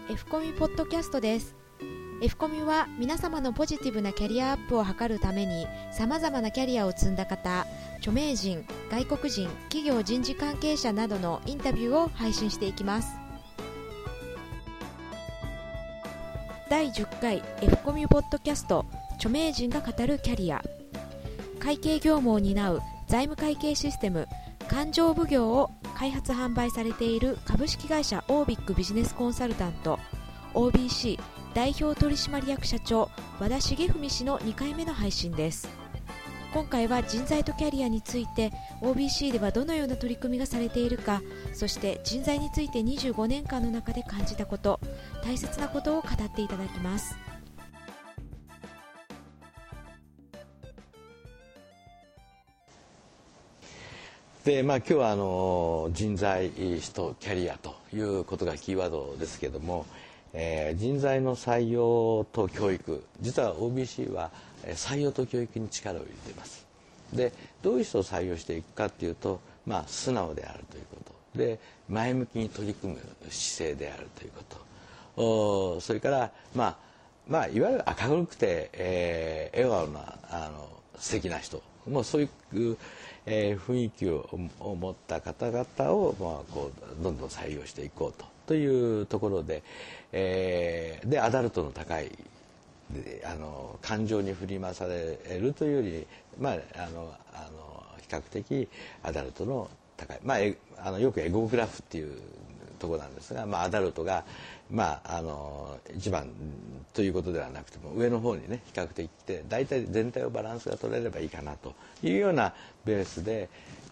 F コミポッドキャストです。F コミは皆様のポジティブなキャリアアップを図るために様々なキャリアを積んだ方、著名人、外国人、企業人事関係者などのインタビューを配信していきます。第10回 F コミポッドキャスト、著名人が語るキャリア。会計業務を担う財務会計システム勘定奉行を開発販売されている株式会社オービックビジネスコンサルタント OBC 代表取締役社長和田重文氏の2回目の配信です。今回は人材とキャリアについて OBC ではどのような取り組みがされているか、そして人材について25年間の中で感じたこと、大切なことを語っていただきます。 で今日は人材とキャリアということがキーワードですけども、人材の採用と教育、実は OBC は採用と教育に力を入れています。でどういう人を採用していくかっていうと、素直であるということで、前向きに取り組む姿勢であるということ、それからいわゆる明るくて、笑顔な素敵な人、もうそういう雰囲気を持った方々をどんどん採用していこうというところで、アダルトの高い感情に振り回されるというより、比較的アダルトの高い、よくエゴグラフっていうところなんですが、アダルトが一番ということではなくても上の方にね比較的来て、大体全体をバランスが取れればいいかなというようなベースで、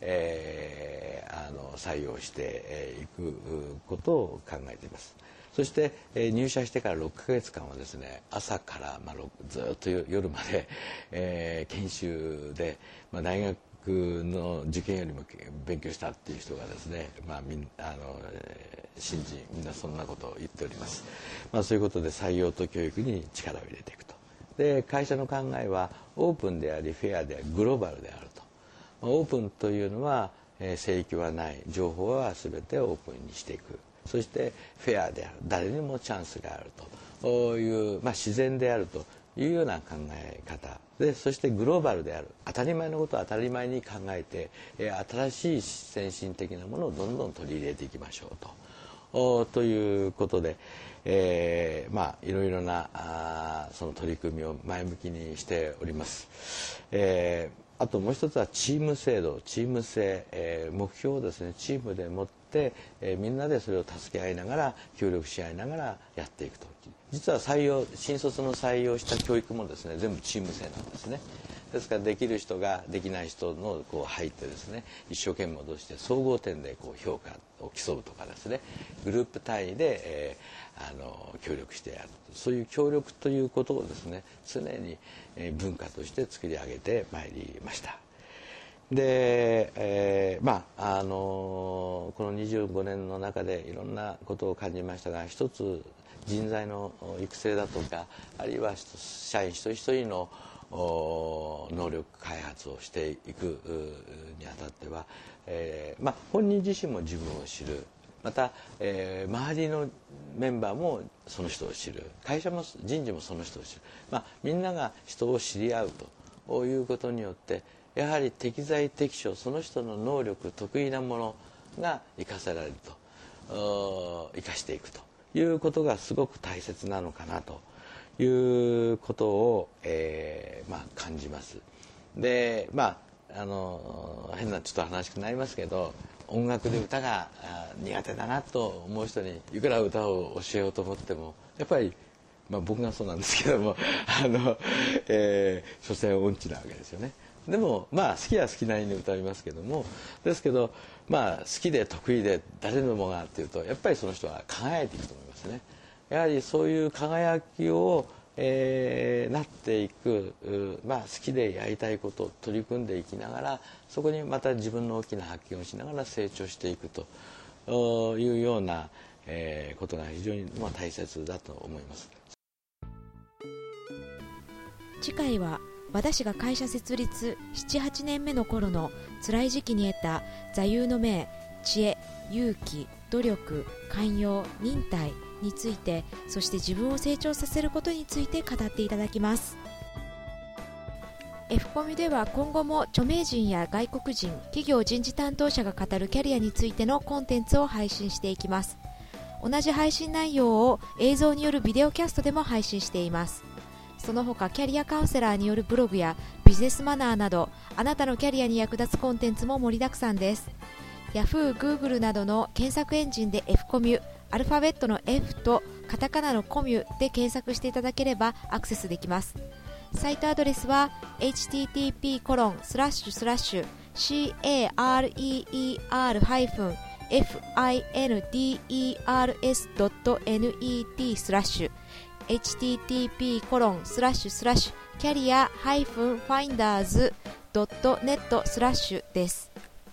採用していくことを考えています。そして、入社してから6ヶ月間はですね、朝から、ずっと夜まで、研修で、大学の受験よりも勉強したっていう人がですね、新人みんなそんなことを言っております。そういうことで採用と教育に力を入れていくと。で会社の考えはオープンでありフェアでありグローバルであると。オープンというのは、聖域はない、情報は全てオープンにしていく。そしてフェアである、誰にもチャンスがあるという、自然であるというような考え方で、そしてグローバルである、当たり前のことを当たり前に考えて、新しい先進的なものをどんどん取り入れていきましょうということで、いろいろなその取り組みを前向きにしております。あともう一つはチーム制度、チーム性、目標をですねチームで持って、みんなでそれを助け合いながら協力し合いながらやっていくと。実は新卒の採用した教育もですね全部チーム制なんですね。ですからできる人ができない人の入ってですね、一生懸命戻して総合点で評価を競うとかですね、グループ単位で、協力してやる、そういう協力ということをですね常に文化として作り上げてまいりました。で、この25年の中でいろんなことを感じましたが、一つ人材の育成だとか、あるいは社員一人一人の能力開発をしていくにあたっては、本人自身も自分を知る、また、周りのメンバーもその人を知る、会社も人事もその人を知る、みんなが人を知り合うということによって、やはり適材適所、その人の能力得意なものが生かせられると、生かしていくということがすごく大切なのかなということを、感じます。で変なちょっと話になりますけど、音楽で歌が苦手だなと思う人にいくら歌を教えようと思っても、やっぱり、僕がそうなんですけども所詮音痴なわけですよね。でも好きは好きなりに歌いますけども、ですけど好きで得意で誰でもがっていうと、やっぱりその人は輝いていくと思いますね。やはりそういう輝きを、なっていく、好きでやりたいことを取り組んでいきながら、そこにまた自分の大きな発見をしながら成長していくというような、ことが非常に大切だと思います。 次回は和田氏が会社設立 7,8 年目の頃の辛い時期に得た座右の銘知恵、勇気、努力、寛容、忍耐について、そして自分を成長させることについて語っていただきます。F コミでは今後も著名人や外国人、企業人事担当者が語るキャリアについてのコンテンツを配信していきます。同じ配信内容を映像によるビデオキャストでも配信しています。その他キャリアカウンセラーによるブログやビジネスマナーなど、あなたのキャリアに役立つコンテンツも盛りだくさんです。Yahoo、Google などの検索エンジンで F コミュ、アルファベットの F とカタカナのコミュで検索していただければアクセスできます。サイトアドレスは http://career-finders.net/ です。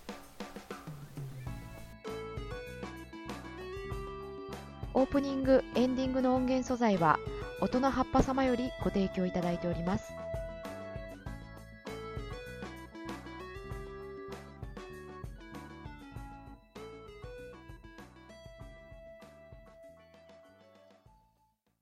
オープニング、エンディングの音源素材は音の葉っぱ様よりご提供いただいております。